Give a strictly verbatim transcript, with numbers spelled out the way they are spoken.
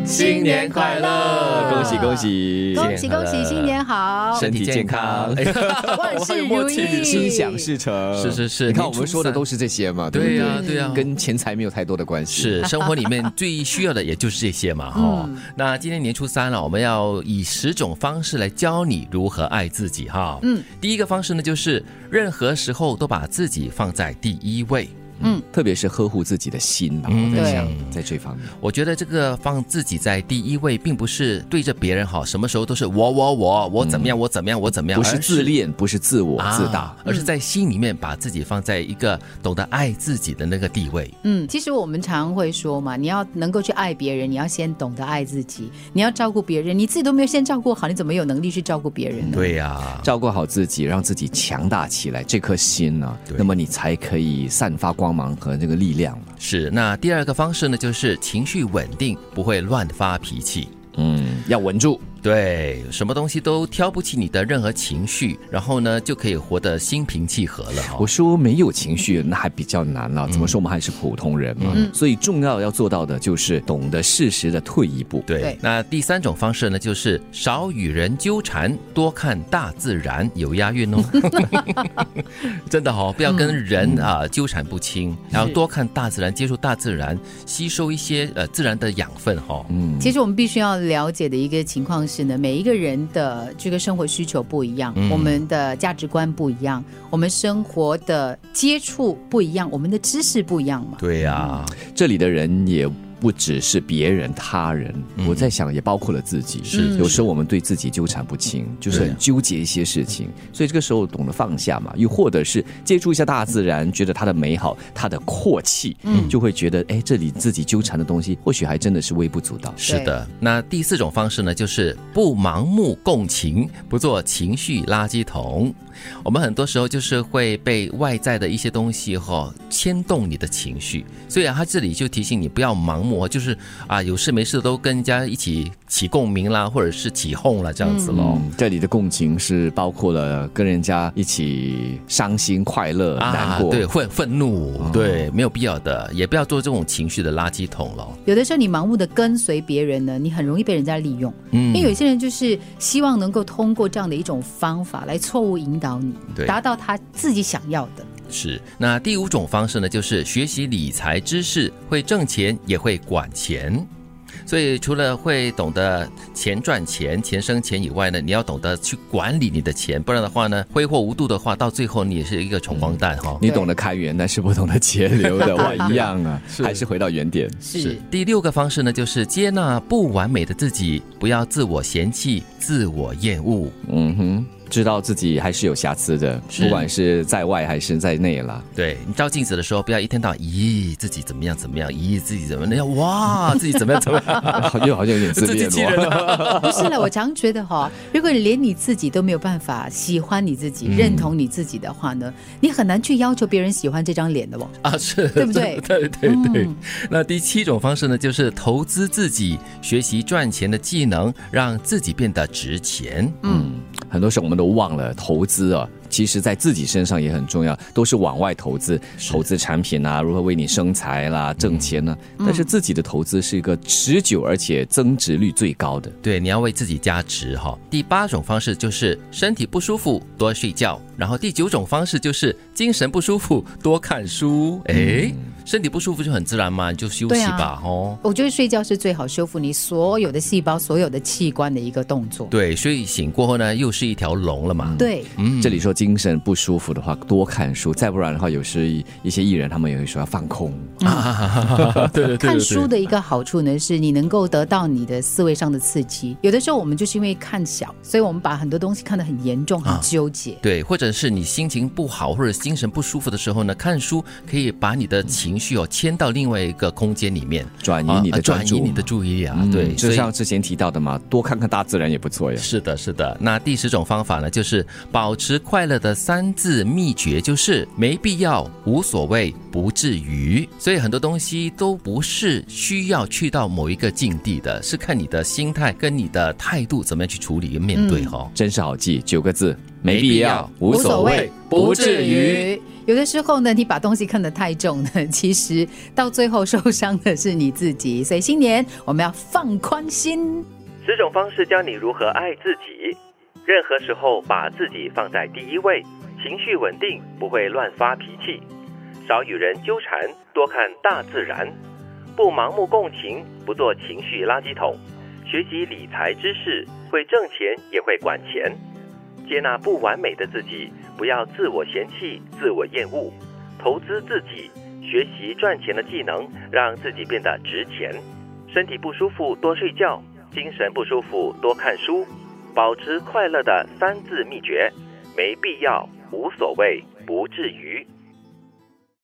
新年快乐！ 恭喜恭喜恭喜恭喜，新年好， 身体健康， 万事如意， 心想事成。 是是是， 你看我们说的都是这些嘛，对不对？ 对呀对呀， 跟钱财没有太多的关系。 是生活里面最需要的，也就是这些嘛，哈、嗯。那今天年初三了，我们要以十种方式来教你如何爱自己，哈。嗯，第一个方式呢，就是任何时候都把自己放在第一位。 嗯，特别是呵护自己的心吧，我在想，在这方面， 我觉得这个放自己在第一位，并不是对着别人好，什么时候都是我我我我怎么样，我怎么样，我怎么样， 不是自恋，不是自我自大， 啊，而是在心里面把自己放在一个懂得爱自己的那个地位。 嗯，其实我们常会说嘛，你要能够去爱别人，你要先懂得爱自己，你要照顾别人，你自己都没有先照顾好，你怎么有能力去照顾别人呢？ 对呀，啊， 照顾好自己，让自己强大起来，这颗心呢，那么你才可以散发光芒和这个力量。 是，那第二个方式呢，就是情绪稳定，不会乱发脾气。 嗯，要稳住。 对，什么东西都挑不起你的任何情绪，然后呢，就可以活得心平气和了，哦。 我说没有情绪，那还比较难了。怎么说，我们还是普通人嘛，嗯，所以重要要做到的就是懂得适时的退一步。 对，那第三种方式呢，就是少与人纠缠，多看大自然，有押韵哦。真的哦，不要跟人啊纠缠不清，然后多看大自然，接触大自然，吸收一些呃自然的养分哈，哦。 嗯，其实我们必须要了解的一个情况是呢，每一个人的这个生活需求不一样，嗯，我们的价值观不一样，我们生活的接触不一样，我们的知识不一样嘛。 对呀，啊嗯， 这里的人也不只是别人他人，嗯，我在想也包括了自己。是，有时候我们对自己纠缠不清，就是很纠结一些事情，所以这个时候懂得放下嘛，又或者是接触一下大自然，觉得它的美好，它的阔气，嗯，就会觉得哎，这里自己纠缠的东西或许还真的是微不足道。 是的，那第四种方式呢，就是不盲目共情，不做情绪垃圾桶。我们很多时候就是会被外在的一些东西哈牵动你的情绪，所以啊，他这里就提醒你不要盲目，就是啊有事没事都跟人家一起起共鸣啦，或者是起哄啦，这样子咯。 嗯，这里的共情是包括了跟人家一起伤心、快乐、啊、难过， 对，会愤怒，哦，对，没有必要的，也不要做这种情绪的垃圾桶咯。 有的时候你盲目的跟随别人呢，你很容易被人家利用，嗯，因为有些人就是希望能够通过这样的一种方法来错误引导你，达到他自己想要的。 是，那第五种方式呢，就是学习理财知识，会挣钱也会管钱。所以除了会懂得钱赚钱、钱生钱以外呢，你要懂得去管理你的钱，不然的话呢，挥霍无度的话，到最后你也是一个穷光蛋哈，嗯。 你懂得开源，但是不懂得节流的话，一样啊，还是回到原点。 是, 是第六个方式呢，就是接纳不完美的自己，不要自我嫌弃、自我厌恶。 嗯哼。知道自己还是有瑕疵的，不管是在外还是在内啦。 对，你照镜子的时候，不要一天到晚咦自己怎么样怎么样，咦自己怎么样，哇自己怎么样怎么样， 又好像有点自恋了。不是了，我常觉得哈，哦，如果你连你自己都没有办法喜欢你自己，嗯，认同你自己的话呢，你很难去要求别人喜欢这张脸的哦。 啊，是， 对不对？ 对对对。嗯，那第七种方式呢，就是投资自己，学习赚钱的技能，让自己变得值钱。 嗯，很多时候我们都忘了投资啊，其实在自己身上也很重要，都是往外投资，投资产品啊，如何为你生财啦、挣钱呢，啊嗯？但是自己的投资是一个持久而且增值率最高的。 对，你要为自己加值哈。第八种方式就是身体不舒服多睡觉，然后第九种方式就是精神不舒服多看书。哎，嗯，身体不舒服就很自然嘛，你就休息吧，啊，哦。 我觉得睡觉是最好修复你所有的细胞、所有的器官的一个动作。 对，所以醒过后呢，又是一条龙了嘛。 嗯，对， 嗯，这里说精神不舒服的话，多看书，再不然的话，有时一些艺人他们也会说要放空。 啊，对对对对， 看书的一个好处呢，是你能够得到你的思维上的刺激。有的时候我们就是因为看小，所以我们把很多东西看得很严重、很纠结。 啊，对，或者是你心情不好或者精神不舒服的时候呢，看书可以把你的情绪哦牵到另外一个空间里面， 转移你的专注， 转移你的注意力啊。嗯，对， 就像之前提到的嘛，多看看大自然也不错呀。 是的，是的。那第十种方法呢，就是保持快乐的三字秘诀，就是没必要、无所谓、不至于。所以很多东西都不是需要去到某一个境地的，是看你的心态跟你的态度怎么样去处理跟面对哈， 嗯。真是好记，九个字，没必要、无所谓、不至于。 有的时候呢，你把东西看得太重呢，其实到最后受伤的是你自己。所以新年我们要放宽心。 十种方式教你如何爱自己。任何时候把自己放在第一位，情绪稳定，不会乱发脾气，少与人纠缠，多看大自然，不盲目共情，不做情绪垃圾桶，学习理财知识，会挣钱也会管钱，接纳不完美的自己，不要自我嫌弃、自我厌恶，投资自己，学习赚钱的技能，让自己变得值钱。身体不舒服多睡觉，精神不舒服多看书，保持快乐的三字秘诀：没必要，无所谓，不至于。